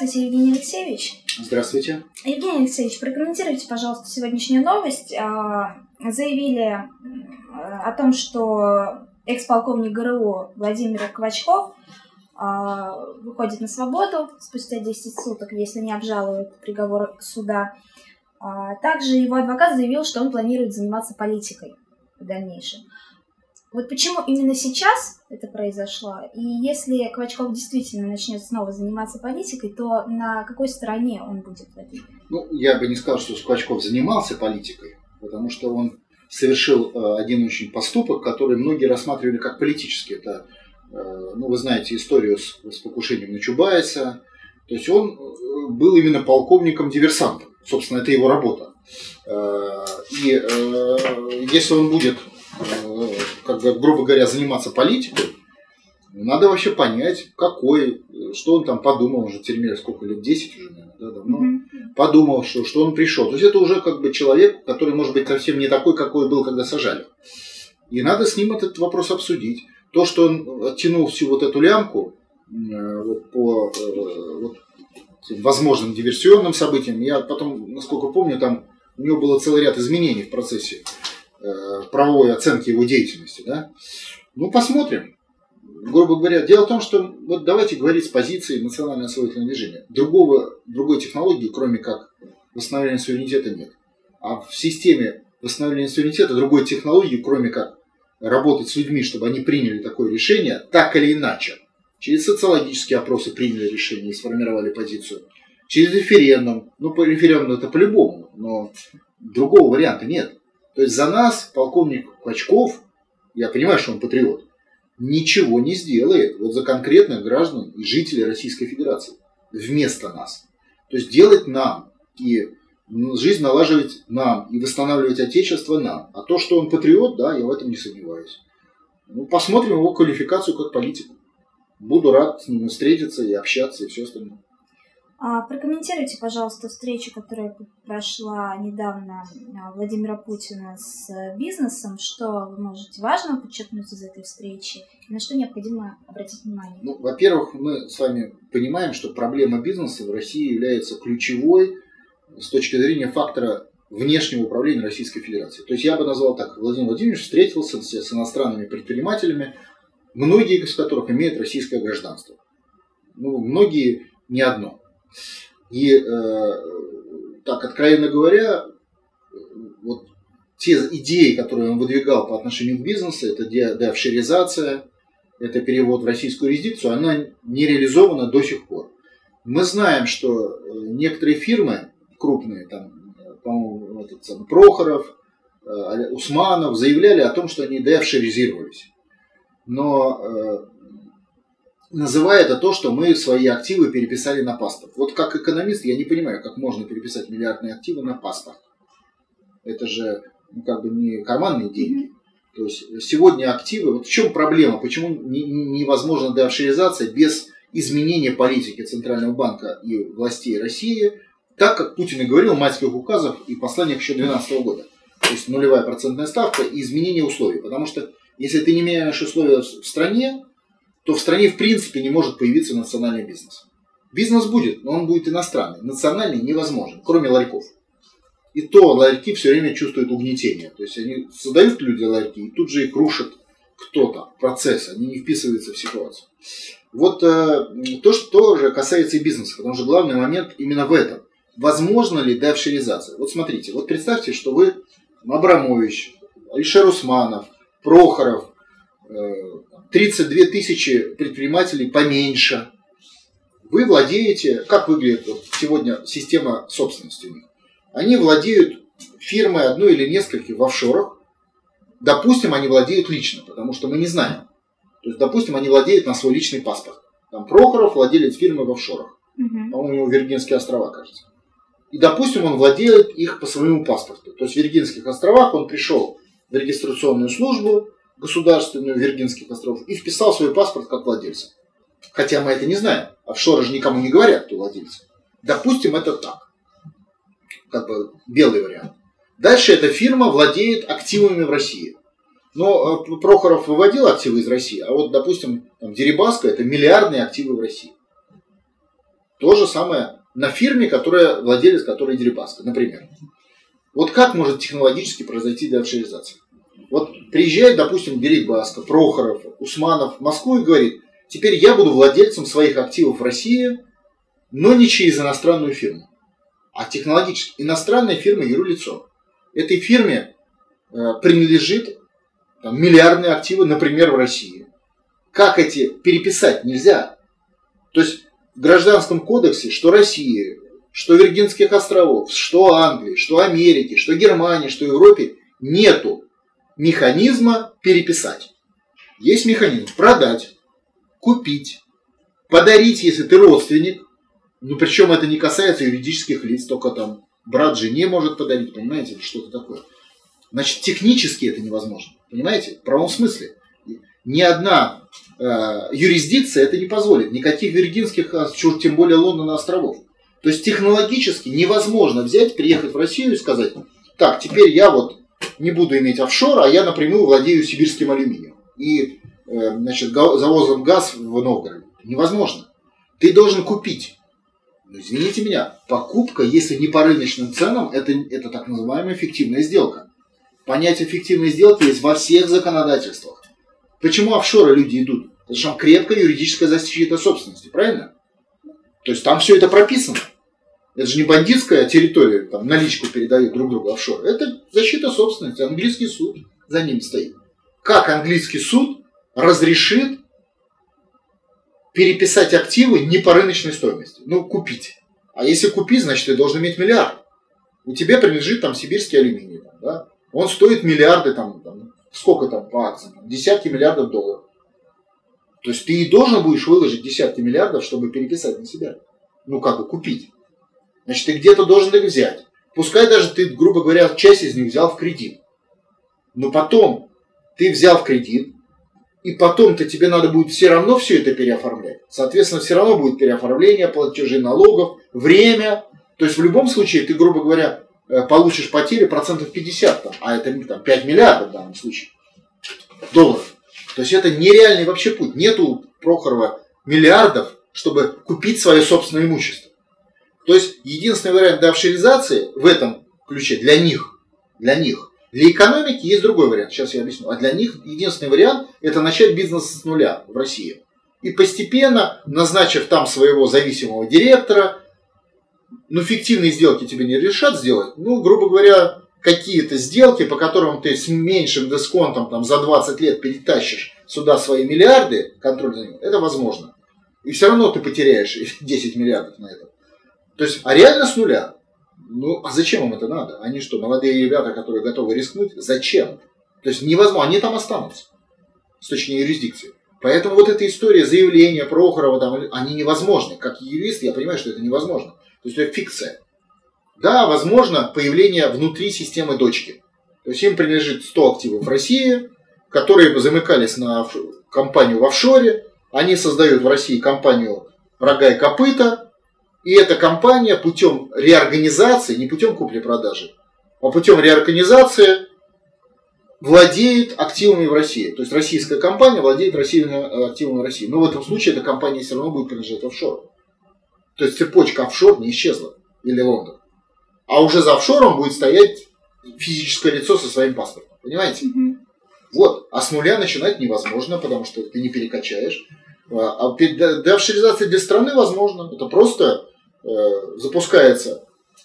Здравствуйте, Евгений Алексеевич. Здравствуйте. Евгений Алексеевич, прокомментируйте, пожалуйста, сегодняшнюю новость. Заявили о том, что экс-полковник ГРУ Владимир Ковачков выходит на свободу спустя 10 суток, если не обжалует приговор суда. Также его адвокат заявил, что он планирует заниматься политикой в дальнейшем. Вот почему именно сейчас это произошло? И если Ковачков действительно начнет снова заниматься политикой, то на какой стороне он будет в этом? Ну, я бы не сказал, что Ковачков занимался политикой, потому что он совершил один очень поступок, который многие рассматривали как политический. Это, вы знаете историю с покушением на Чубайса. То есть он был именно полковником-диверсантом. Собственно, это его работа. И если он будет, грубо говоря, заниматься политикой, надо вообще понять, что он там подумал, уже в тюрьме сколько лет, 10 уже, наверное, да, давно, подумал, что он пришел. То есть это уже человек, который может быть совсем не такой, какой был, когда сажали. И надо с ним этот вопрос обсудить. То, что он оттянул всю вот эту лямку по возможным диверсионным событиям, я потом, насколько помню, там у него было целый ряд изменений в процессе правовой оценки его деятельности. Да? Посмотрим. Грубо говоря, дело в том, что давайте говорить с позиции национального освоительного движения. Другой технологии, кроме как восстановления суверенитета, нет. А в системе восстановления суверенитета другой технологии, кроме как работать с людьми, чтобы они приняли такое решение, так или иначе. Через социологические опросы приняли решение и сформировали позицию. Через референдум. По референдуму это по-любому, но другого варианта нет. То есть за нас полковник Ковачков, я понимаю, что он патриот, ничего не сделает за конкретных граждан и жителей Российской Федерации вместо нас. То есть делать нам и жизнь налаживать нам и восстанавливать Отечество нам. А то, что он патриот, да, я в этом не сомневаюсь. Посмотрим его квалификацию как политика. Буду рад с ним встретиться и общаться и все остальное. Прокомментируйте, пожалуйста, встречу, которая прошла недавно Владимира Путина с бизнесом. Что вы можете важного подчеркнуть из этой встречи? И на что необходимо обратить внимание? Во-первых, мы с вами понимаем, что проблема бизнеса в России является ключевой с точки зрения фактора внешнего управления Российской Федерации. То есть я бы назвал так. Владимир Владимирович встретился с иностранными предпринимателями, многие из которых имеют российское гражданство. Многие не одно. И так, откровенно говоря, те идеи, которые он выдвигал по отношению к бизнесу, это деофшоризация, это перевод в российскую юрисдикцию, она не реализована до сих пор. Мы знаем, что некоторые фирмы крупные, по-моему, Прохоров, Усманов, заявляли о том, что они деофшоризировались. Но называя это то, что мы свои активы переписали на паспорт. Как экономист я не понимаю, как можно переписать миллиардные активы на паспорт. Это же не карманные деньги. То есть сегодня активы, в чем проблема, почему невозможна деофшоризация без изменения политики Центрального банка и властей России, так как Путин и говорил в майских указах и посланиях еще 2012 года. То есть 0% ставка и изменение условий. Потому что если ты не меняешь условия в стране, то в стране в принципе не может появиться национальный бизнес. Бизнес будет, но он будет иностранный. Национальный невозможен, кроме ларьков. И то ларьки все время чувствуют угнетение. То есть они создают люди ларьки и тут же их рушит кто-то, процесс. Они не вписываются в ситуацию. То, что же касается и бизнеса. Потому что главный момент именно в этом. Возможно ли деофшоризация? Смотрите, представьте, что вы Абрамович, Алишер Усманов, Прохоров, 32 тысячи предпринимателей поменьше. Вы владеете, как выглядит сегодня система собственности у них? Они владеют фирмой одной или нескольких в офшорах. Допустим, они владеют лично, потому что мы не знаем. То есть, допустим, они владеют на свой личный паспорт. Прохоров владелец фирмы в офшорах. По-моему, у него Виргинские острова, кажется. И, допустим, он владеет их по своему паспорту. То есть в Виргинских островах он пришел в регистрационную службу государственную Виргинских островов и вписал свой паспорт как владельца. Хотя мы это не знаем. Офшоры же никому не говорят, кто владелец. Допустим, это так. Белый вариант. Дальше эта фирма владеет активами в России. Но Прохоров выводил активы из России, а допустим, Дерибаска — это миллиардные активы в России. То же самое на фирме, владелец которой Дерибаска, например. Вот как может технологически произойти деофшоризация? Вот приезжает, допустим, Дерибаска, Прохоров, Усманов в Москву и говорит: теперь я буду владельцем своих активов в России, но не через иностранную фирму. А технологически иностранная фирма юрлицо. Этой фирме принадлежит миллиардные активы, например, в России. Как эти переписать нельзя? То есть в Гражданском кодексе, что России, что Виргинских островов, что Англии, что Америки, что Германии, что Европе нету механизма переписать. Есть механизм продать, купить, подарить, если ты родственник. Ну, причем это не касается юридических лиц, только там брат жене может подарить, понимаете, или что-то такое. Значит, технически это невозможно, понимаете, в правом смысле. Ни одна юрисдикция это не позволит, никаких Виргинских, тем более Лондона, островов. То есть технологически невозможно взять, приехать в Россию и сказать: так, теперь я вот не буду иметь офшор, а я напрямую владею сибирским алюминием и завозом газ в Новгород. Невозможно. Ты должен купить. Но, извините меня, покупка, если не по рыночным ценам, это так называемая фиктивная сделка. Понятие фиктивной сделки есть во всех законодательствах. Почему офшоры люди идут? Потому что там крепкая юридическая защита собственности, правильно? То есть там все это прописано. Это же не бандитская территория, там наличку передают друг другу офшоры. Это защита собственности, английский суд за ним стоит. Как английский суд разрешит переписать активы не по рыночной стоимости? Ну, купить. А если купить, значит, ты должен иметь миллиард. У тебя принадлежит там сибирский алюминий. Да? Он стоит миллиарды, сколько там по акциям? Десятки миллиардов долларов. То есть ты и должен будешь выложить десятки миллиардов, чтобы переписать на себя. Ну, как бы купить. Значит, ты где-то должен их взять. Пускай даже ты, грубо говоря, часть из них взял в кредит. Но потом ты взял в кредит, и потом-то тебе надо будет все равно все это переоформлять. Соответственно, все равно будет переоформление платежей налогов, время. То есть в любом случае ты, грубо говоря, получишь потери 50%, а это 5 миллиардов в данном случае долларов. То есть это нереальный вообще путь. Нету у Прохорова миллиардов, чтобы купить свое собственное имущество. То есть единственный вариант деофшоризации в этом ключе для них. Для экономики есть другой вариант, сейчас я объясню. А для них единственный вариант – это начать бизнес с нуля в России. И постепенно, назначив там своего зависимого директора, фиктивные сделки тебе не решат сделать, грубо говоря, какие-то сделки, по которым ты с меньшим дисконтом за 20 лет перетащишь сюда свои миллиарды, контроль за ним, это возможно. И все равно ты потеряешь 10 миллиардов на этом. То есть, а реально с нуля. А зачем им это надо? Они что, молодые ребята, которые готовы рискнуть? Зачем? То есть невозможно, они там останутся с точки зрения юрисдикции. Поэтому вот эта история заявления Прохорова, они невозможны. Как юрист я понимаю, что это невозможно. То есть это фикция. Да, возможно появление внутри системы дочки. То есть им принадлежит 100 активов в России, которые замыкались на компанию в офшоре. Они создают в России компанию «Рога и копыта». И эта компания путем реорганизации, не путем купли-продажи, а путем реорганизации владеет активами в России. То есть российская компания владеет активами в России. Но в этом случае эта компания все равно будет принадлежать офшору. То есть цепочка офшор не исчезла. Или Лондон. А уже за офшором будет стоять физическое лицо со своим паспортом. Понимаете? Вот. А с нуля начинать невозможно, потому что ты не перекачаешь. А деофшоризация для страны возможно. Это просто запускается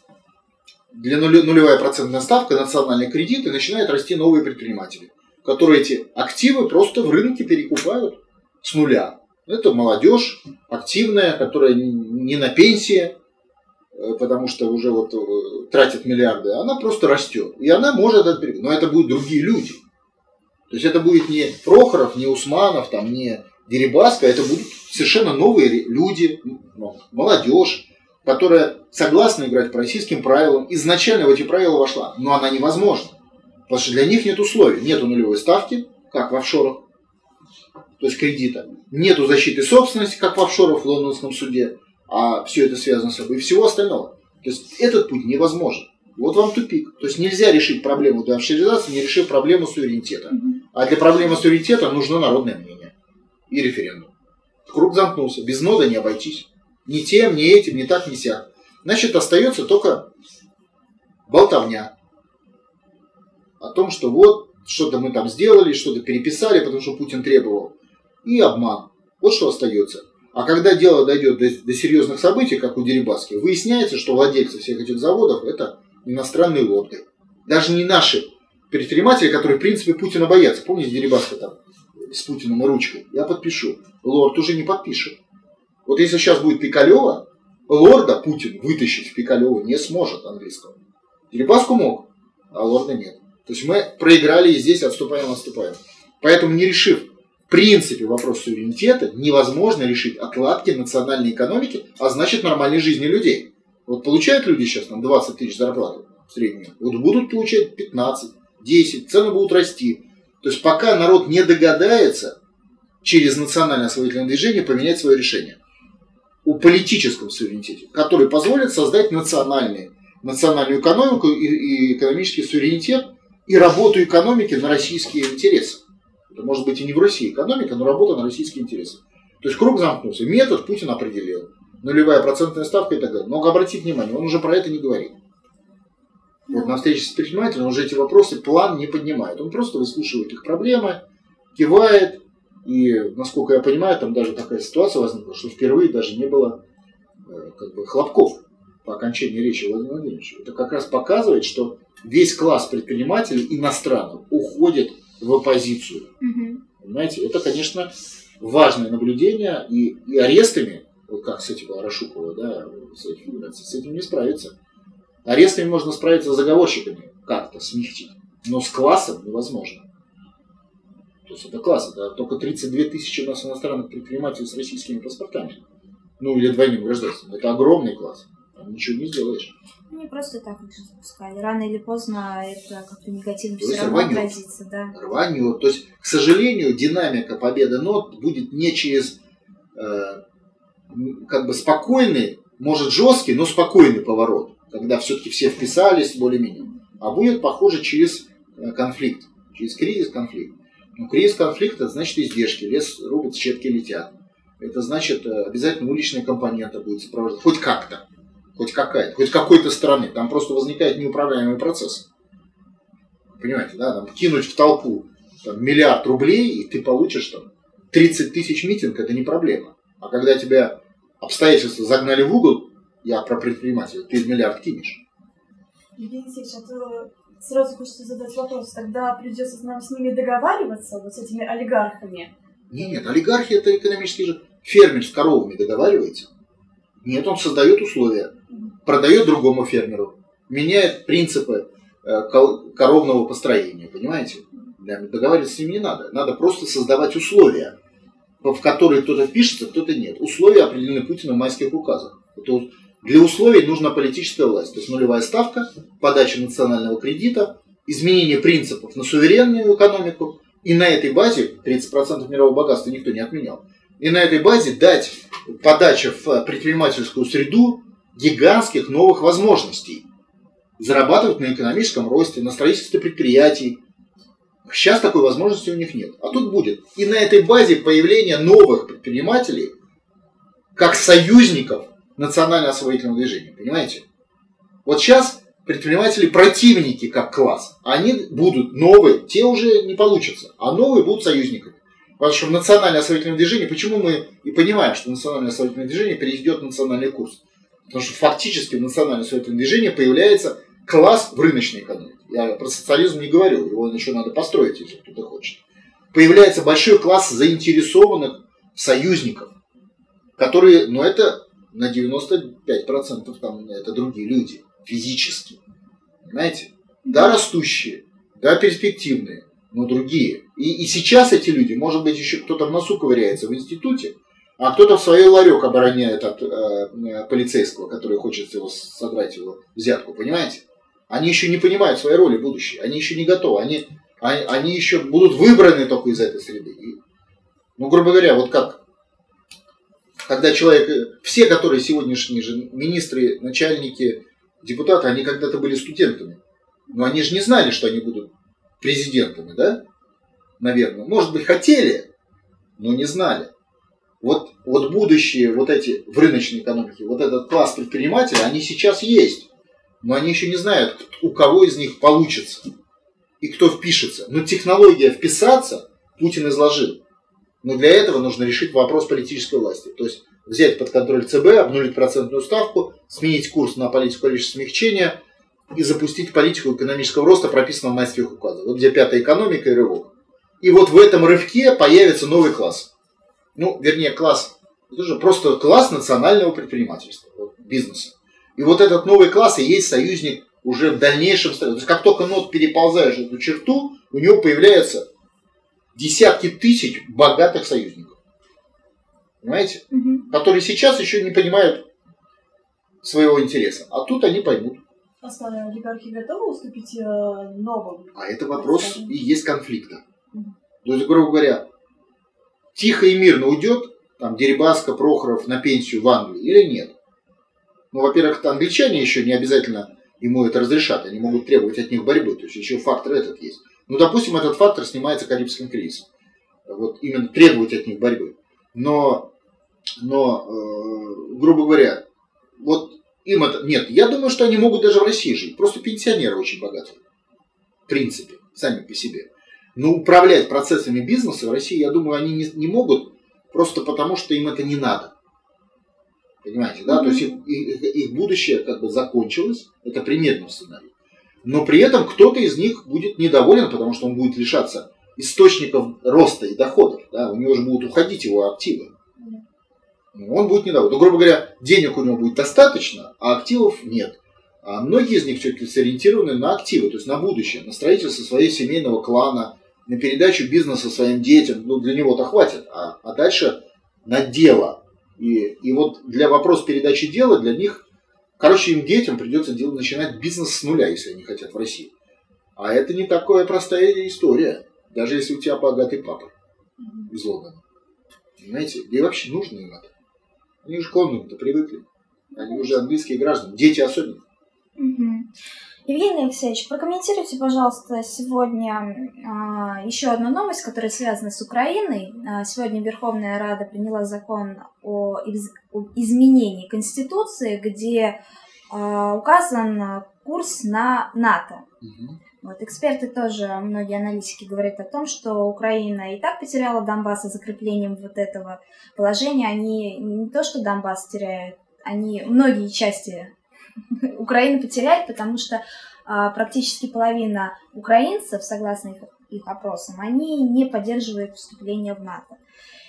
нулевая процентная ставка, национальный кредит, и начинают расти новые предприниматели, которые эти активы просто в рынке перекупают с нуля. Это молодежь активная, которая не на пенсии, потому что уже тратит миллиарды, она просто растет. И она может это перекупить. Но это будут другие люди. То есть это будет не Прохоров, не Усманов, не Дерибаска, это будут совершенно новые люди, молодежь, которая согласна играть по российским правилам, изначально в эти правила вошла, но она невозможна, потому что для них нет условий, нету нулевой ставки, как в офшорах, то есть кредита, нету защиты собственности, как в офшорах в лондонском суде, а все это связано с собой, и всего остального. То есть этот путь невозможен. Вот вам тупик. То есть нельзя решить проблему деофшоризации, не решив проблему суверенитета. А для проблемы суверенитета нужно народное мнение и референдум. Круг замкнулся, без нода не обойтись. Ни тем, ни этим, ни так, ни сяк. Значит, остается только болтовня о том, что вот, что-то мы там сделали, что-то переписали, потому что Путин требовал. И обман. Вот что остается. А когда дело дойдет до серьезных событий, как у Дерибаски, выясняется, что владельцы всех этих заводов это иностранные лорды. Даже не наши предприниматели, которые в принципе Путина боятся. Помните, Дерибаска там с Путиным и ручкой? Я подпишу. Лорд уже не подпишет. Вот если сейчас будет Пикалева, лорда Путин вытащить в Пикалеву не сможет английского. Дерибаску мог, а лорда нет. То есть мы проиграли и здесь отступаем. Поэтому, не решив в принципе вопрос суверенитета, невозможно решить отладки национальной экономики, а значит нормальной жизни людей. Вот получают люди сейчас там 20 тысяч зарплаты в среднем, вот будут получать 15, 10, цены будут расти. То есть пока народ не догадается через национальное освободительное движение поменять свое решение о политическом суверенитете, который позволит создать национальную экономику и экономический суверенитет и работу экономики на российские интересы. Это может быть и не в России экономика, но работа на российские интересы. То есть круг замкнулся. Метод Путин определил. Нулевая процентная ставка и так далее. Но обратите внимание, он уже про это не говорит. Вот на встрече с предпринимателем он уже эти вопросы, план не поднимает. Он просто выслушивает их проблемы, кивает. И, насколько я понимаю, там даже такая ситуация возникла, что впервые даже не было хлопков по окончании речи Владимира Владимировича. Это как раз показывает, что весь класс предпринимателей иностранных уходит в оппозицию. Понимаете, это, конечно, важное наблюдение. И арестами, вот как с этим Арашукова, да, с этим не справиться. Арестами можно справиться с заговорщиками, как-то смягчить. Но с классом невозможно. То есть это класс, это только 32 тысячи у нас иностранных предпринимателей с российскими паспортами. Ну или двойным гражданством. Это огромный класс. Там ничего не сделаешь. Не просто так их же запускали. Рано или поздно это как-то негативно все равно отразится. Да. Рванет. То есть, к сожалению, динамика победы НОТ будет не через спокойный, может жесткий, но спокойный поворот. Когда все-таки все вписались более-менее. А будет, похоже, через конфликт. Через кризис-конфликт. Но кризис-конфликт, это значит издержки. Лес рубят, щепки летят. Это значит, обязательно уличная компонента будет сопровождать. Хоть как-то. Хоть какая-то. Хоть какой-то стороны. Там просто возникает неуправляемый процесс. Понимаете, да? Там кинуть в толпу там, миллиард рублей, и ты получишь там 30 тысяч митинг, это не проблема. А когда тебя обстоятельства загнали в угол, я про предпринимателя, ты миллиард кинешь. Евгений Алексеевич, а то сразу хочется задать вопрос. Тогда придется нам с ними договариваться, вот с этими олигархами? Нет, олигархи это экономический же. Фермер с коровами договаривается. Нет, он создает условия, продает другому фермеру, меняет принципы коровного построения, понимаете? Договариваться с ним не надо. Надо просто создавать условия, в которые кто-то впишется, кто-то нет. Условия определены Путиным в майских указах. Для условий нужна политическая власть. То есть нулевая ставка, подача национального кредита, изменение принципов на суверенную экономику. И на этой базе 30% мирового богатства никто не отменял. И на этой базе дать подачу в предпринимательскую среду гигантских новых возможностей. Зарабатывать на экономическом росте, на строительстве предприятий. Сейчас такой возможности у них нет. А тут будет. И на этой базе появление новых предпринимателей, как союзников национально-освободительного движения. Понимаете? Вот сейчас предприниматели противники как класс. Они будут новые, те уже не получатся. А новые будут союзниками. Потому что в национальное освободительное движение, почему мы и понимаем, что национальное освободительное движение перейдет в национальный курс? Потому что фактически в национальное освободительное движение появляется класс в рыночной экономике. Я про социализм не говорю, его еще надо построить, если кто-то хочет. Появляется большой класс заинтересованных союзников, которые, это на 95% там, это другие люди, физически. Понимаете? Да, растущие, да, перспективные, но другие. И сейчас эти люди, может быть, еще кто-то в носу ковыряется в институте, а кто-то в свой ларек обороняет от полицейского, который хочет его содрать его взятку. Понимаете? Они еще не понимают своей роли будущей. Они еще не готовы. Они еще будут выбраны только из этой среды. Грубо говоря, вот как когда человек, все, которые сегодняшние же министры, начальники, депутаты, они когда-то были студентами. Но они же не знали, что они будут президентами, да? Наверное. Может быть, хотели, но не знали. Вот будущее вот эти в рыночной экономике, вот этот класс предпринимателей, они сейчас есть. Но они еще не знают, у кого из них получится и кто впишется. Но технология вписаться Путин изложил. Но для этого нужно решить вопрос политической власти. То есть взять под контроль ЦБ, обнулить процентную ставку, сменить курс на политику количества смягчения и запустить политику экономического роста, прописанного в майских указах. Вот где пятая экономика и рывок. И вот в этом рывке появится новый класс. Ну, вернее, класс, это же просто класс национального предпринимательства, вот, бизнеса. И вот этот новый класс и есть союзник уже в дальнейшем. То есть как только переползаешь эту черту, у него появляются десятки тысяч богатых союзников. Понимаете? Которые сейчас еще не понимают своего интереса. А тут они поймут. А старые олигархи готовы уступить новым? А это вопрос и есть конфликта. То есть, грубо говоря, тихо и мирно уйдет там Дерибаска, Прохоров на пенсию в Англию или нет? Ну, во-первых, англичане еще не обязательно ему это разрешат. Они могут требовать от них борьбы. То есть еще фактор этот есть. Ну, допустим, этот фактор снимается Карибским кризисом. Вот именно требовать от них борьбы. Но грубо говоря, вот им это... Нет, я думаю, что они могут даже в России жить. Просто пенсионеры очень богатые. В принципе, сами по себе. Но управлять процессами бизнеса в России, я думаю, они не могут. Просто потому, что им это не надо. Понимаете, да? То есть их будущее как бы закончилось. Это примерный сценарий. Но при этом кто-то из них будет недоволен, потому что он будет лишаться источников роста и доходов. Да? У него же будут уходить его активы. Он будет недоволен. Ну, грубо говоря, денег у него будет достаточно, а активов нет. А многие из них все-таки сориентированы на активы, то есть на будущее, на строительство своего семейного клана, на передачу бизнеса своим детям. Ну, для него-то хватит. А дальше на дело. И вот для вопроса передачи дела для них, короче, им детям придется начинать бизнес с нуля, если они хотят в России. А это не такая простая история, даже если у тебя богатый папа из Лондона. Понимаете? Да и вообще нужно им это. Они же к Лондону-то привыкли. Они уже английские граждане, дети особенно. Евгений Алексеевич, прокомментируйте, пожалуйста, сегодня еще одну новость, которая связана с Украиной. Сегодня Верховная Рада приняла закон о изменении Конституции, где указан курс на НАТО. Вот, эксперты тоже, многие аналитики говорят о том, что Украина и так потеряла Донбасс, и закреплением вот этого положения они не то, что Донбасс теряют, они многие части Украины потеряет, потому что практически половина украинцев, согласно их опросам, они не поддерживают вступление в НАТО.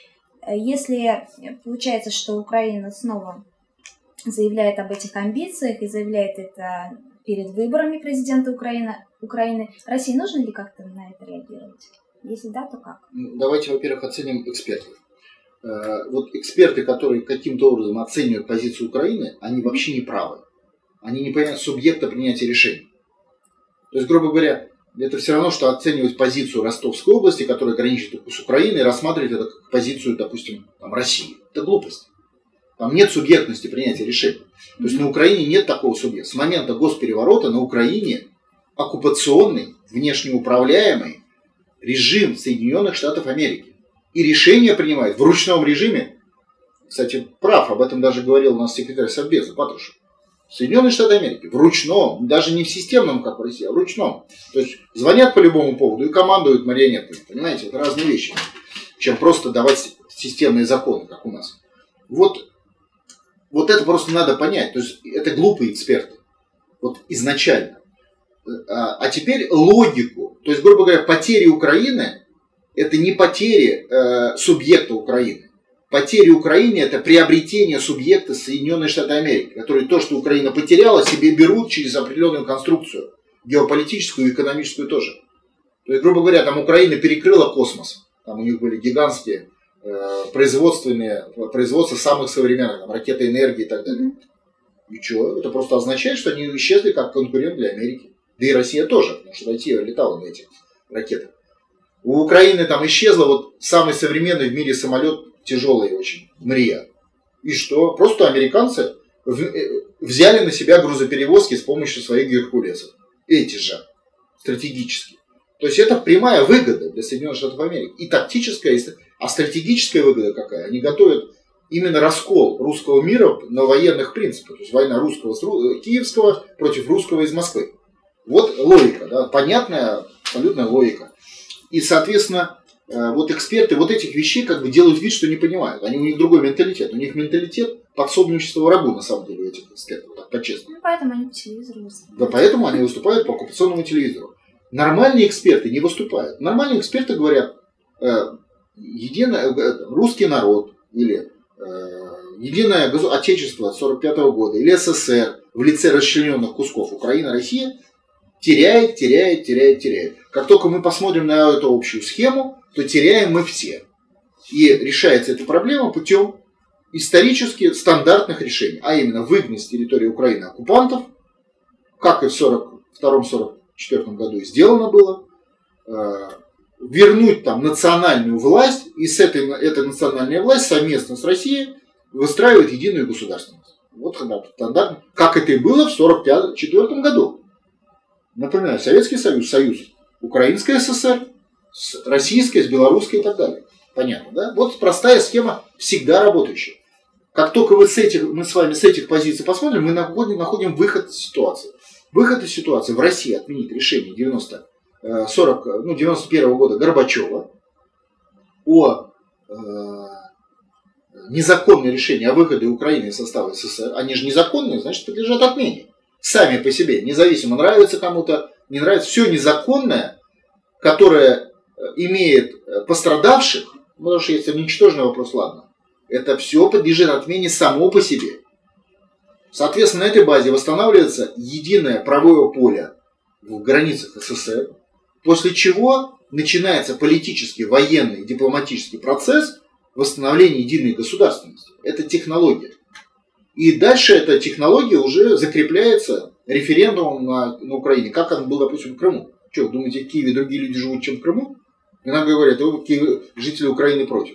Если получается, что Украина снова заявляет об этих амбициях и заявляет это перед выборами президента Украины, России нужно ли как-то на это реагировать? Если да, то как? Давайте, во-первых, оценим экспертов. Вот эксперты, которые каким-то образом оценивают позицию Украины, они вообще не правы. Они не понимают субъекта принятия решений. То есть, грубо говоря, это все равно, что оценивать позицию Ростовской области, которая граничит с Украиной, и рассматривать это как позицию, допустим, там, России. Это глупость. Там нет субъектности принятия решений. То есть на Украине нет такого субъекта. С момента госпереворота на Украине оккупационный, внешнеуправляемый режим Соединенных Штатов Америки. И решения принимают в ручном режиме. Кстати, прав, об этом даже говорил у нас секретарь Совбеза Патрушев. Соединенные Штаты Америки в ручном, даже не в системном, как в России, а в ручном. То есть звонят по любому поводу и командуют марионетками. Понимаете, это разные вещи, чем просто давать системные законы, как у нас. Вот это просто надо понять. То есть это глупые эксперты. Вот изначально. А теперь логику. То есть, грубо говоря, потери Украины это не потери субъекта Украины. Потери Украины это приобретение субъекта Соединенные Штаты Америки, которые то, что Украина потеряла, себе берут через определенную конструкцию, геополитическую и экономическую тоже. То есть, грубо говоря, там Украина перекрыла космос. Там у них были гигантские производства самых современных, там, ракеты энергии и так далее. И что? Это просто означает, что они исчезли как конкурент для Америки. Да и Россия тоже, потому что Россия летала на этих ракетах. У Украины там исчезла вот самый современный в мире самолет, тяжелый очень, Мрия. И что? Просто американцы взяли на себя грузоперевозки с помощью своих Геркулесов. Эти же, стратегически. То есть это прямая выгода для Соединенных Штатов Америки. И тактическая, А стратегическая выгода какая? Они готовят именно раскол русского мира на военных принципах. То есть война русского киевского против русского из Москвы. Вот логика, да, понятная абсолютная логика. И, соответственно, вот эксперты вот этих вещей как бы делают вид, что не понимают. У них другой менталитет. У них менталитет подсобничества врагу, на самом деле, у этих экспертов, так по-честному. Ну, поэтому они по телевизору выступают. Да, поэтому они выступают по оккупационному телевизору. Нормальные эксперты не выступают. Нормальные эксперты говорят, русский народ или единое отечество 1945 года или СССР в лице расчлененных кусков Украина, Россия теряет. Как только мы посмотрим на эту общую схему, то теряем мы все. И решается эта проблема путем исторически стандартных решений, а именно выгнать с территории Украины оккупантов, как и в 1942-1944 году сделано было, вернуть там национальную власть, и с эта национальная власть совместно с Россией выстраивает единую государственность. Вот стандартно, как это и было в 1944 году. Напоминаю, Советский Союз, Союз Украинская ССР, Российская, с Белорусской и так далее. Понятно, да? Вот простая схема, всегда работающая. Как только мы с вами с этих позиций посмотрим, мы находим выход из ситуации. Выход из ситуации в России отменить решение 91 года Горбачева о незаконное решение о выходе Украины из состава СССР. Они же незаконные, значит, подлежат отмене. Сами по себе, независимо, нравится кому-то, не нравится. Все незаконное, которое имеет пострадавших, потому что если ничтожный вопрос, ладно, это все подлежит отмене само по себе. Соответственно, на этой базе восстанавливается единое правое поле в границах СССР, после чего начинается политический, военный, дипломатический процесс восстановления единой государственности. Это технология. И дальше эта технология уже закрепляется референдумом на Украине, как он был, допустим, в Крыму. Что, думаете, в Киеве другие люди живут, чем в Крыму? И нам говорят, жители Украины против.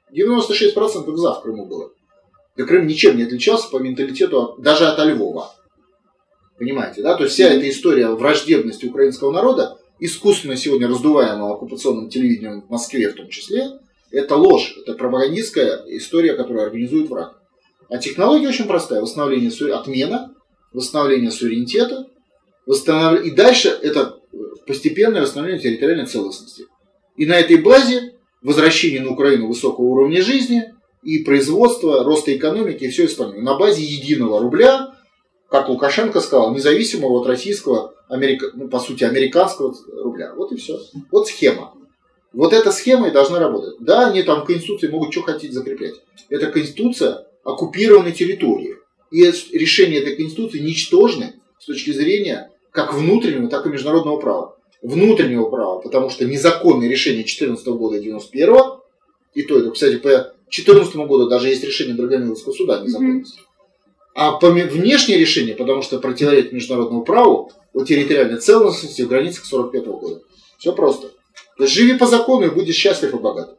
96% за в Крыму было. Да Крым ничем не отличался по менталитету даже от Львова. Понимаете, да? То есть вся эта история враждебности украинского народа, искусственно сегодня раздуваемого оккупационным телевидением в Москве в том числе, это ложь, это пропагандистская история, которую организует враг. А технология очень простая. Отмена, восстановление суверенитета, и дальше это постепенное восстановление территориальной целостности. И на этой базе возвращение на Украину высокого уровня жизни и производства, роста экономики и все остальное. На базе единого рубля, как Лукашенко сказал, независимого от российского, по сути, американского рубля. Вот и все. Вот схема. Вот эта схема и должна работать. Да, они там в Конституции могут что хотеть закреплять. Это Конституция оккупированной территории. И решения этой Конституции ничтожны с точки зрения как внутреннего, так и международного права. Внутреннего права, потому что незаконные решения 2014 года и 1991, и то это, кстати, по 2014 году даже есть решение Драгомиловского суда о незаконности. А по внешнее решение, потому что противоречит международному праву о территориальной целостности в границах 1945 года. Все просто. То есть живи по закону и будешь счастлив и богат.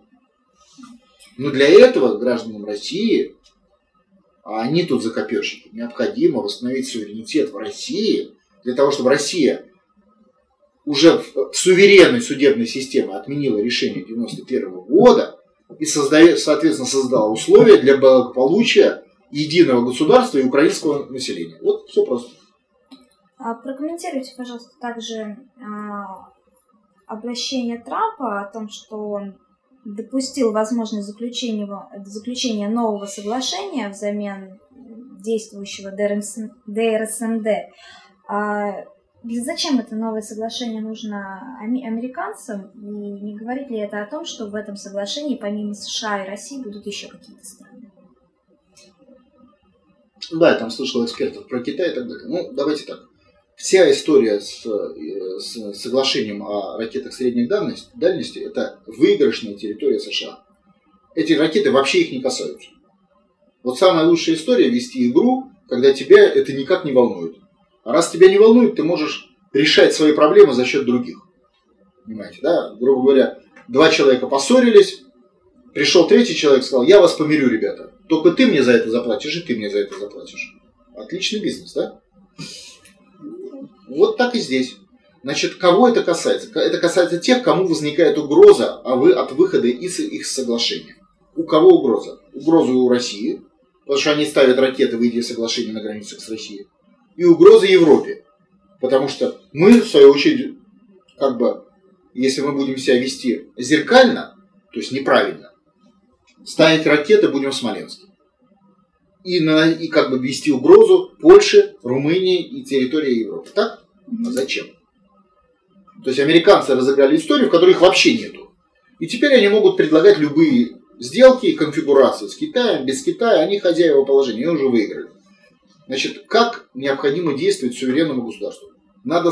Но для этого гражданам России, а они тут закоперщики, необходимо восстановить суверенитет в России, для того, чтобы Россия уже в суверенной судебной системе отменила решение 1991 года и, соответственно, создала условия для благополучия единого государства и украинского населения. Вот все просто. Прокомментируйте, пожалуйста, также обращение Трампа о том, что он допустил возможность заключения нового соглашения взамен действующего ДРСМД. Зачем это новое соглашение нужно американцам? И не говорит ли это о том, что в этом соглашении помимо США и России будут еще какие-то страны? Да, я там слышал экспертов про Китай и так далее. Ну, давайте так. Вся история с соглашением о ракетах средней дальности – это выигрышная территория США. Эти ракеты вообще их не касаются. Вот самая лучшая история – вести игру, когда тебя это никак не волнует. А раз тебя не волнует, ты можешь решать свои проблемы за счет других. Понимаете, да? Грубо говоря, два человека поссорились, пришел третий человек и сказал, я вас помирю, ребята. Только ты мне за это заплатишь, и ты мне за это заплатишь. Отличный бизнес, да? Вот так и здесь. Значит, кого это касается? Это касается тех, кому возникает угроза от выхода из их соглашения. У кого угроза? Угроза у России, потому что они ставят ракеты, выйдя из соглашения на границах с Россией. И угроза Европе, потому что мы, в свою очередь, как бы, если мы будем себя вести зеркально, то есть неправильно, ставить ракеты будем в Смоленске. И как бы ввести угрозу Польше, Румынии и территории Европы. Так? А зачем? То есть американцы разыграли историю, в которой их вообще нету. И теперь они могут предлагать любые сделки и конфигурации с Китаем, без Китая. Они хозяева положения, они уже выиграли. Значит, как необходимо действовать суверенному государству? Надо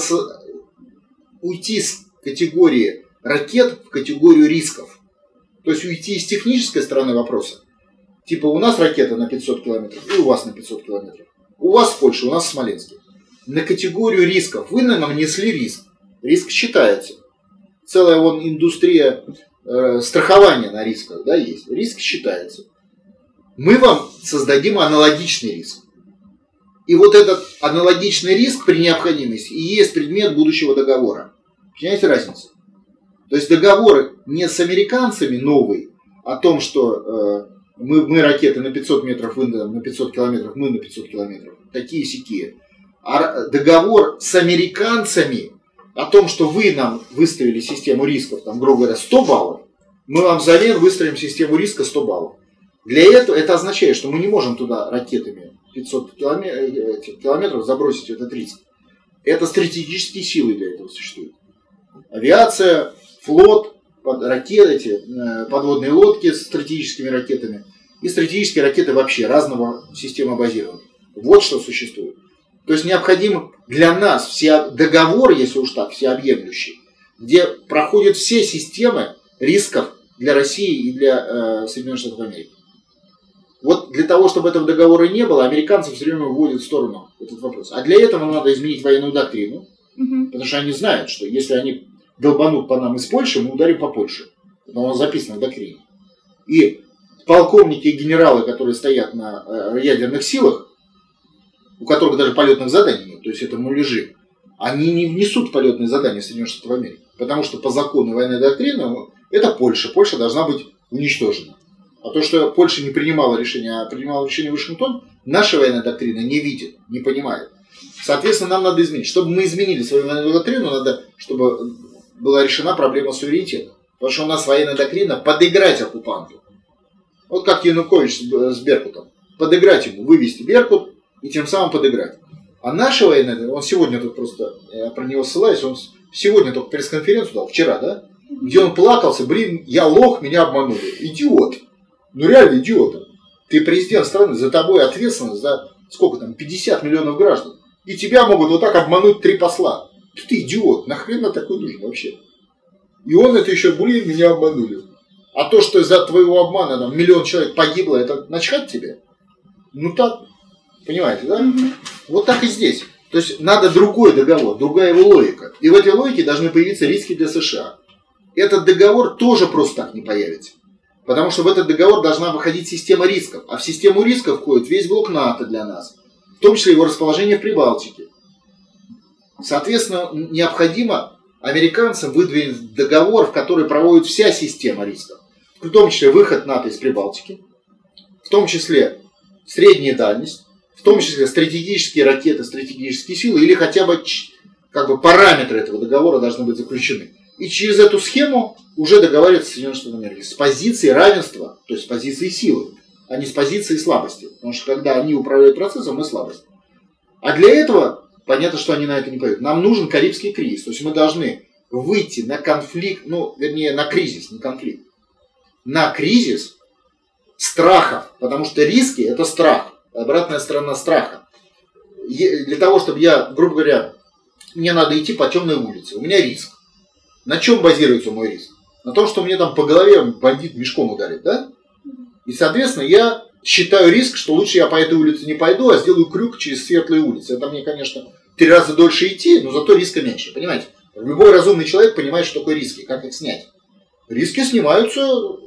уйти с категории ракет в категорию рисков. То есть уйти из технической стороны вопроса. Типа у нас ракета на 500 километров и у вас на 500 километров. У вас в Польше, у нас в Смоленске. На категорию рисков. Вы нам внесли риск. Риск считается. Целая индустрия страхования на рисках, да, есть. Риск считается. Мы вам создадим аналогичный риск. И вот этот аналогичный риск при необходимости и есть предмет будущего договора. Понимаете разницу? То есть договор не с американцами новый о том, что мы ракеты на 500 метров, вы на 500 километров, мы на 500 километров. Такие-сякие. А договор с американцами о том, что вы нам выставили систему рисков, там, грубо говоря, 100 баллов, мы вам взамен выставим систему риска 100 баллов. Для этого это означает, что мы не можем туда ракетами 500 километров забросить этот риск. Это стратегические силы для этого существуют. Авиация, флот, ракеты, подводные лодки с стратегическими ракетами и стратегические ракеты вообще разного системы базирования. Вот что существует. То есть необходим для нас договор, если уж так, всеобъемлющий, где проходят все системы рисков для России и для Соединенных Штатов Америки. Вот для того, чтобы этого договора не было, американцы все время выводят в сторону этот вопрос. А для этого надо изменить военную доктрину, потому что они знают, что если они долбанут по нам из Польши, мы ударим по Польше. Потому что записано в докрине. И полковники и генералы, которые стоят на ядерных силах, у которых даже полетных заданий нет, то есть это муляжи, они не внесут полетные задания в Соединенных Штатов Америки. Потому что по закону военной доктрины это Польша. Польша должна быть уничтожена. А то, что Польша не принимала решение, а принимала решение Вашингтон, наша военная доктрина не видит, не понимает. Соответственно, нам надо изменить. Чтобы мы изменили свою военную доктрину, надо, чтобы была решена проблема суверенитета. Потому что у нас военная доктрина подыграть оккупанту. Вот как Янукович с Беркутом. Подыграть ему, вывести Беркут и тем самым подыграть. А наша военная, он сегодня тут просто, я про него ссылаюсь, он сегодня только пресс-конференцию дал, вчера, да? Где он плакался, блин, я лох, меня обманули. Идиот. Ну реально идиот. Ты президент страны, за тобой ответственность за сколько там, 50 миллионов граждан. И тебя могут вот так обмануть 3 посла. Ты идиот, нахрена такой нужен вообще? И он это еще, блин, меня обманули. А то, что из-за твоего обмана там, 1 миллион человек погибло, это начхать тебе? Ну так, понимаете, да? Вот так и здесь. То есть надо другой договор, другая его логика. И в этой логике должны появиться риски для США. Этот договор тоже просто так не появится. Потому что в этот договор должна выходить система рисков. А в систему рисков входит весь блок НАТО для нас. В том числе его расположение в Прибалтике. Соответственно, необходимо американцам выдвинуть договор, в который проводит вся система рисков. В том числе выход НАТО из Прибалтики. В том числе средняя дальность. В том числе стратегические ракеты, стратегические силы. Или хотя бы параметры этого договора должны быть заключены. И через эту схему уже договариваться с Соединенными Штатами Америки. С позиции равенства, то есть с позиции силы, а не с позиции слабости. Потому что когда они управляют процессом, мы слабость. А для этого, понятно, что они на это не пойдут. Нам нужен Карибский кризис. То есть мы должны выйти на конфликт, на кризис, не конфликт. На кризис страхов. Потому что риски – это страх. Обратная сторона страха. Для того, чтобы грубо говоря, мне надо идти по темной улице. У меня риск. На чем базируется мой риск? На том, что мне там по голове бандит мешком ударит, да? И, соответственно, я считаю риск, что лучше я по этой улице не пойду, а сделаю крюк через светлые улицы. Это мне, конечно, 3 раза дольше идти, но зато риска меньше. Понимаете? Любой разумный человек понимает, что такое риски, как их снять. Риски снимаются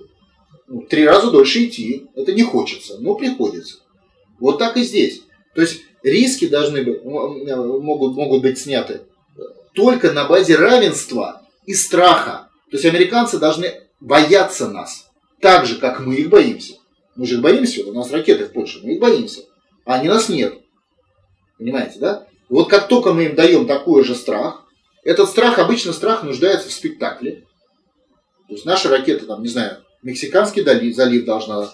3 раза дольше идти. Это не хочется, но приходится. Вот так и здесь. То есть риски могут быть сняты только на базе равенства и страха. То есть американцы должны бояться нас, так же, как мы их боимся. Мы же их боимся, у нас ракеты в Польше, мы их боимся, а они нас нет. Понимаете, да? Вот как только мы им даем такой же страх, этот страх, обычно страх нуждается в спектакле. То есть наши ракеты, там, не знаю, Мексиканский залив должна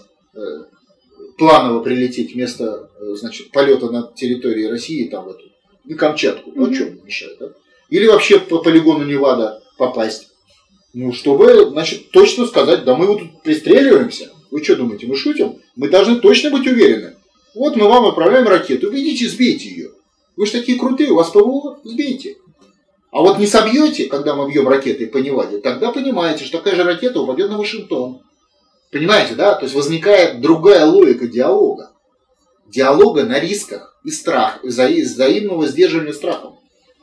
планово прилететь вместо, значит, полета над территорией России, там, в эту, и Камчатку. Ну, что мне мешает, да? Или вообще по полигону Невада попасть. Ну, чтобы, значит, точно сказать, да мы вот тут пристреливаемся. Вы что думаете, мы шутим? Мы должны точно быть уверены. Вот мы вам отправляем ракету, вы идите, сбейте ее. Вы же такие крутые, у вас ПВО, сбейте. А вот не собьете, когда мы бьем ракеты по Неваде, тогда понимаете, что такая же ракета упадет на Вашингтон. Понимаете, да? То есть возникает другая логика диалога. Диалога на рисках и страх, взаимного сдерживания страхом.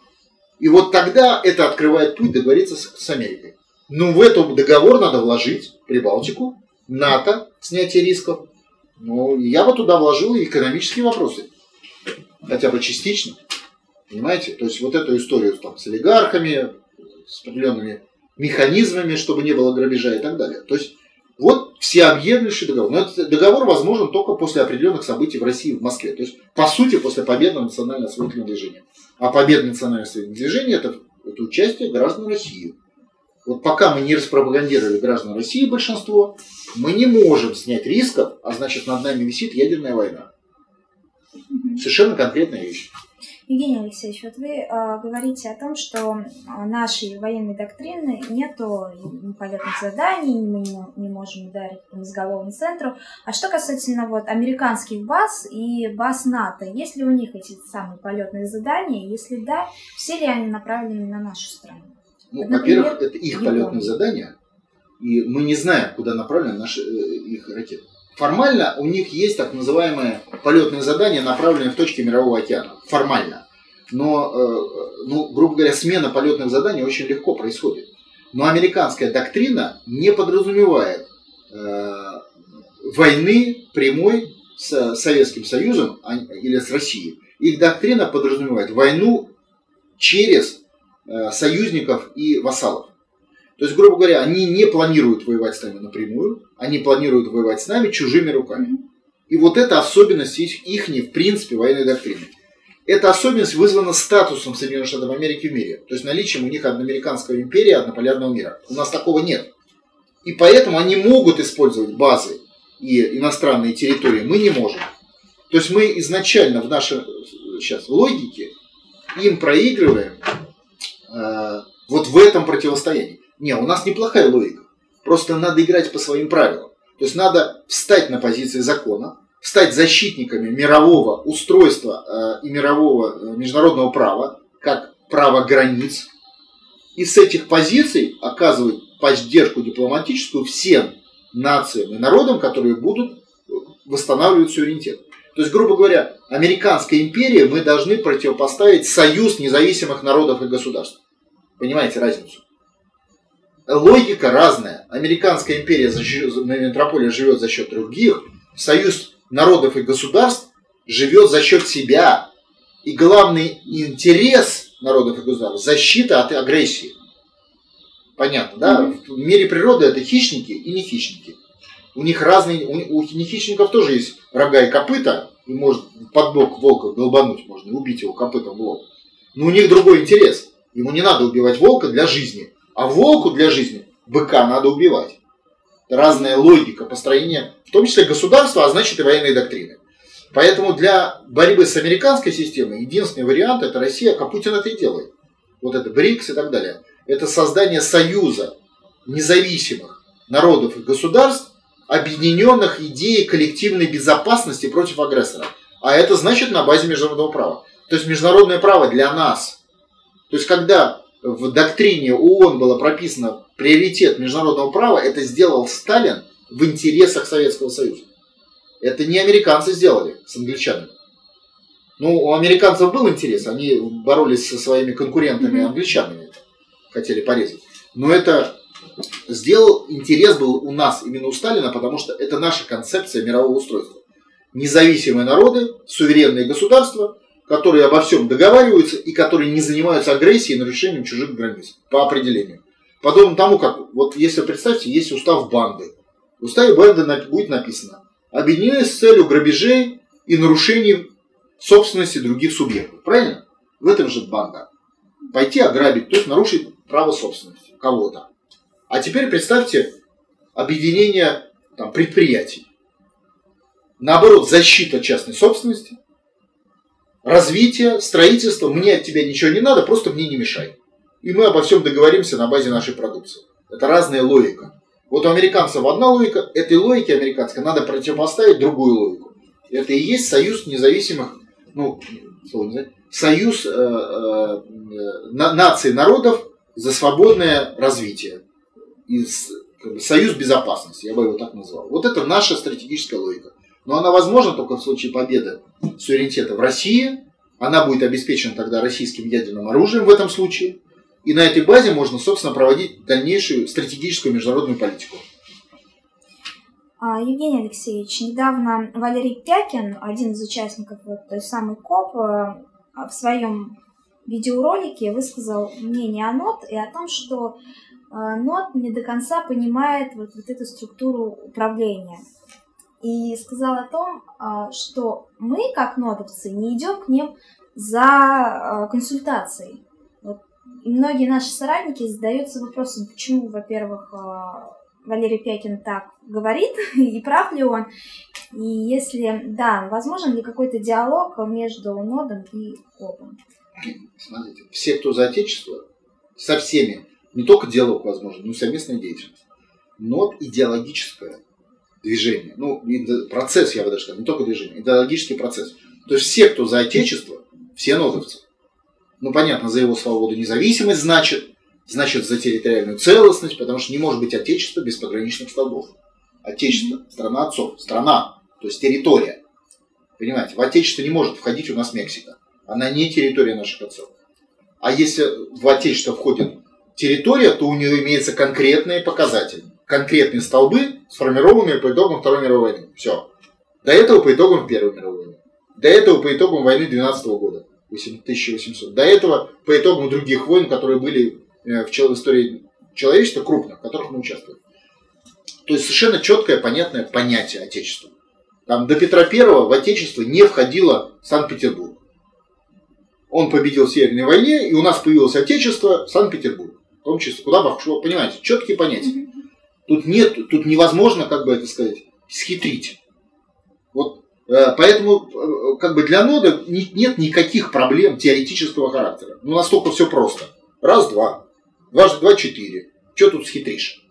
И вот тогда это открывает путь договориться с Америкой. Но в этот договор надо вложить Прибалтику, НАТО, снятие рисков. Ну, я бы туда вложил и экономические вопросы. Хотя бы частично. Понимаете? То есть вот эту историю там, с олигархами, с определенными механизмами, чтобы не было грабежа и так далее. То есть вот всеобъемлющий договор. Но этот договор возможен только после определенных событий в России, в Москве. То есть, по сути, после победного национально-освободительного движения. А победное национально-освободительное движение – это участие граждан России. Вот пока мы не распропагандировали граждан России большинство, мы не можем снять рисков, а значит над нами висит ядерная война. Совершенно конкретная вещь. Евгений Алексеевич, вот вы говорите о том, что нашей военной доктрины нету полетных заданий, мы не можем ударить по мозговому центру. А что касательно вот американских баз и баз НАТО, есть ли у них эти самые полетные задания? Если да, все ли они направлены на нашу страну? Ну, во-первых, это их полетные задания, и мы не знаем, куда направлены наши их ракеты. Формально у них есть так называемые полетные задания, направленные в точки Мирового океана. Формально. Но, грубо говоря, смена полетных заданий очень легко происходит. Но американская доктрина не подразумевает войны прямой с Советским Союзом или с Россией. Их доктрина подразумевает войну через союзников и вассалов. То есть, грубо говоря, они не планируют воевать с нами напрямую, они планируют воевать с нами чужими руками. И вот эта особенность их, в принципе, военной доктрины. Эта особенность вызвана статусом Соединенных Штатов Америки в мире. То есть наличием у них одноамериканской империи, однополярного мира. У нас такого нет. И поэтому они могут использовать базы и иностранные территории. Мы не можем. То есть мы изначально в нашей логике им проигрываем вот в этом противостоянии. Не, у нас неплохая логика. Просто надо играть по своим правилам. То есть надо встать на позиции закона, стать защитниками мирового устройства и мирового международного права, как право границ, и с этих позиций оказывать поддержку дипломатическую всем нациям и народам, которые будут восстанавливать суверенитет. То есть, грубо говоря, американской империи мы должны противопоставить союз независимых народов и государств. Понимаете разницу? Логика разная. Американская империя на метрополии живет за счет других, союз народов и государств живет за счет себя. И главный интерес народов и государств – защита от агрессии. Понятно, да? В мире природы это хищники и не хищники. У них разные, у нехищников тоже есть рога и копыта, и может под бок волка долбануть можно, убить его копытом в лоб. Но у них другой интерес. Ему не надо убивать волка для жизни. А волку для жизни быка надо убивать. Разная логика построения, в том числе государства, а значит и военной доктрины. Поэтому для борьбы с американской системой единственный вариант – это Россия, как Путин это и делает. Вот это БРИКС и так далее. Это создание союза независимых народов и государств, объединенных идеей коллективной безопасности против агрессора. А это значит на базе международного права. То есть международное право для нас. То есть когда в доктрине ООН было прописано приоритет международного права, это сделал Сталин в интересах Советского Союза. Это не американцы сделали с англичанами. Ну, у американцев был интерес, они боролись со своими конкурентами англичанами, хотели порезать. Но это интерес был у нас, именно у Сталина, потому что это наша концепция мирового устройства. Независимые народы, суверенные государства, которые обо всем договариваются и которые не занимаются агрессией и нарушением чужих границ по определению. Подобно тому, как, вот если представьте, есть устав банды. В уставе банды будет написано: объединены с целью грабежей и нарушений собственности других субъектов. Правильно? В этом же банда. Пойти ограбить, то есть нарушить право собственности кого-то. А теперь представьте объединение там, предприятий. Наоборот, защита частной собственности, развитие, строительство, мне от тебя ничего не надо, просто мне не мешай. И мы обо всем договоримся на базе нашей продукции. Это разная логика. Вот у американцев одна логика, этой логике американской надо противопоставить другую логику. Это и есть союз независимых, ну, союз наций, народов за свободное развитие. И, союз безопасности, я бы его так назвал. Вот это наша стратегическая логика. Но она возможна только в случае победы суверенитета в России. Она будет обеспечена тогда российским ядерным оружием в этом случае. И на этой базе можно, собственно, проводить дальнейшую стратегическую международную политику. Евгений Алексеевич, недавно Валерий Пякин, один из участников той самой КОП, в своем видеоролике высказал мнение о НОТ и о том, что НОТ не до конца понимает вот эту структуру управления. И сказал о том, что мы, как нодовцы, не идем к ним за консультацией. Вот. И многие наши соратники задаются вопросом, почему, во-первых, Валерий Пякин так говорит, и прав ли он, и если, да, возможен ли какой-то диалог между нодом и КОПом. Смотрите, все, кто за отечество, со всеми, не только диалог возможен, но и совместная деятельность. НОД идеологическое движение, ну, процесс, я бы даже сказал, не только движение, идеологический процесс. То есть все, кто за отечество, все нодовцы. Ну, понятно, за его свободу и независимость значит за территориальную целостность, потому что не может быть отечество без пограничных столбов. Отечество, страна отцов, страна, то есть территория. Понимаете, в отечество не может входить у нас Мексика. Она не территория наших отцов. А если в отечество входит территория, то у нее имеются конкретные показатели. Конкретные столбы, сформированные по итогам Второй мировой войны. Все. До этого по итогам Первой мировой войны. До этого по итогам войны 12 года. 1800. До этого по итогам других войн, которые были в истории человечества, крупных, в которых мы участвовали. То есть совершенно четкое, понятное понятие отечества. Там до Петра I в отечество не входило Санкт-Петербург. Он победил в Северной войне, и у нас появилось отечество Санкт-Петербург. В том числе, куда бы шло, понимаете, четкие понятия. Тут невозможно, как бы это сказать, схитрить. Вот, поэтому как бы для нода нет никаких проблем теоретического характера. Ну, настолько все просто. Раз, два. Дважды два, 4. Что тут схитришь?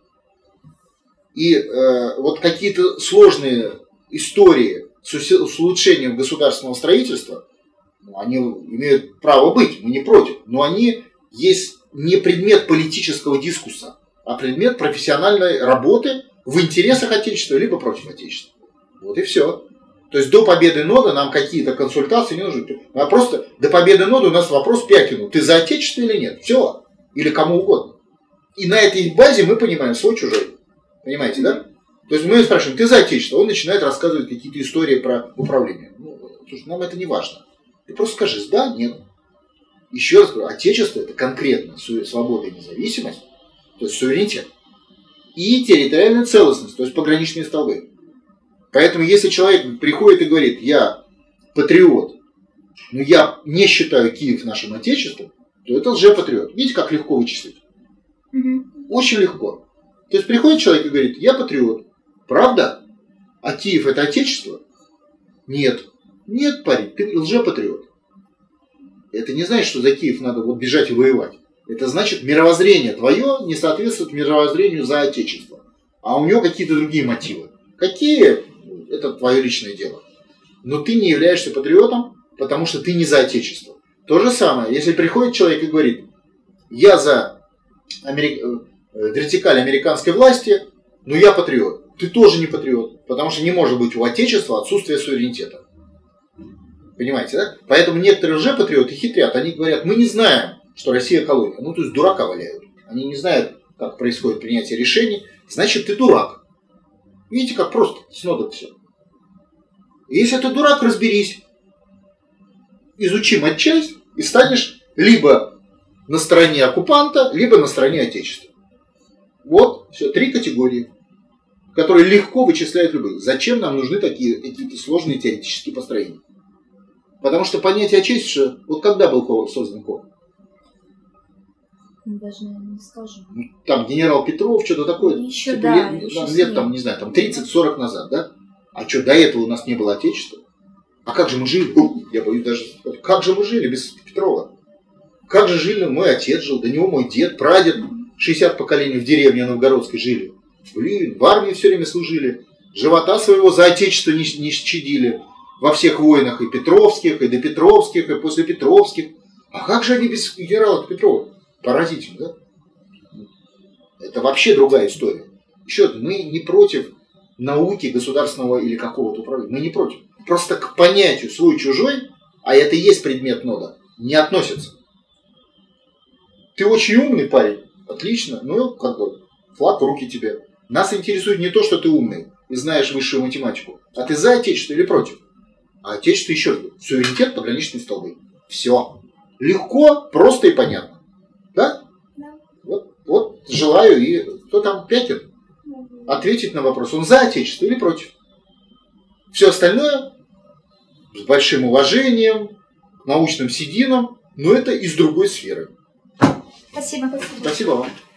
И вот какие-то сложные истории с улучшением государственного строительства, они имеют право быть, мы не против, но они есть не предмет политического дискурса, а предмет профессиональной работы в интересах Отечества либо против Отечества. Вот и все. То есть до победы нода нам какие-то консультации не нужны. А просто до победы нода у нас вопрос Пякину: ты за Отечество или нет? Все. Или кому угодно. И на этой базе мы понимаем свой-чужой. Понимаете, да? То есть мы спрашиваем: ты за Отечество? Он начинает рассказывать какие-то истории про управление. Ну, слушай, нам это не важно. Ты просто скажи: да, нет. Еще раз говорю, Отечество — это конкретно свобода и независимость, то есть суверенитет, и территориальная целостность, то есть пограничные столбы. Поэтому если человек приходит и говорит: я патриот, но я не считаю Киев нашим отечеством, то это лжепатриот. Видите, как легко вычислить? Очень легко. То есть приходит человек и говорит: я патриот. Правда? А Киев — это отечество? Нет. Нет, парень, ты лжепатриот. Это не значит, что за Киев надо вот бежать и воевать. Это значит, мировоззрение твое не соответствует мировоззрению за отечество. А у него какие-то другие мотивы. Какие? Это твое личное дело. Но ты не являешься патриотом, потому что ты не за отечество. То же самое, если приходит человек и говорит: я за вертикаль американской власти, но я патриот. Ты тоже не патриот, потому что не может быть у отечества отсутствие суверенитета. Понимаете, да? Поэтому некоторые лжепатриоты хитрят. Они говорят: мы не знаем, что Россия колония. Ну, то есть дурака валяют. Они не знают, как происходит принятие решений. Значит, ты дурак. Видите, как просто с нода все. И если ты дурак, разберись. изучи матчасть и станешь либо на стороне оккупанта, либо на стороне Отечества. Вот, все, 3 категории, которые легко вычисляют любые. Зачем нам нужны такие какие-то сложные теоретические построения? Потому что понятие Отечества, вот когда был создан КОП? Даже, наверное, не скажу. Там генерал Петров, что-то такое. Еще, типа, да, лет там, не знаю, там 30-40 назад, да? А что, до этого у нас не было Отечества? А как же мы жили? Я боюсь даже сказать. Как же мы жили без Петрова? Как же жили? Мой отец жил, до него мой дед, прадед, 60 поколений в деревне Новгородской жили. Блин, в армии все время служили. Живота своего за Отечество не щадили. Во всех войнах и Петровских, и допетровских, и послепетровских. А как же они без генерала Петрова? Поразительно, да? Это вообще другая история. Еще раз, мы не против науки государственного или какого-то управления. Мы не против. Просто к понятию свой-чужой, а это и есть предмет нода, не относится. Ты очень умный парень, отлично, ну, как бы, флаг в руки тебе. Нас интересует не то, что ты умный и знаешь высшую математику, а ты за Отечество или против. А Отечество еще раз, суверенитет пограничной столбы. Все. Легко, просто и понятно. Да? Да. Вот желаю и кто там, Пятин, ответить на вопрос, он за Отечество или против. Все остальное с большим уважением, научным седином, но это из другой сферы. Спасибо. Спасибо вам.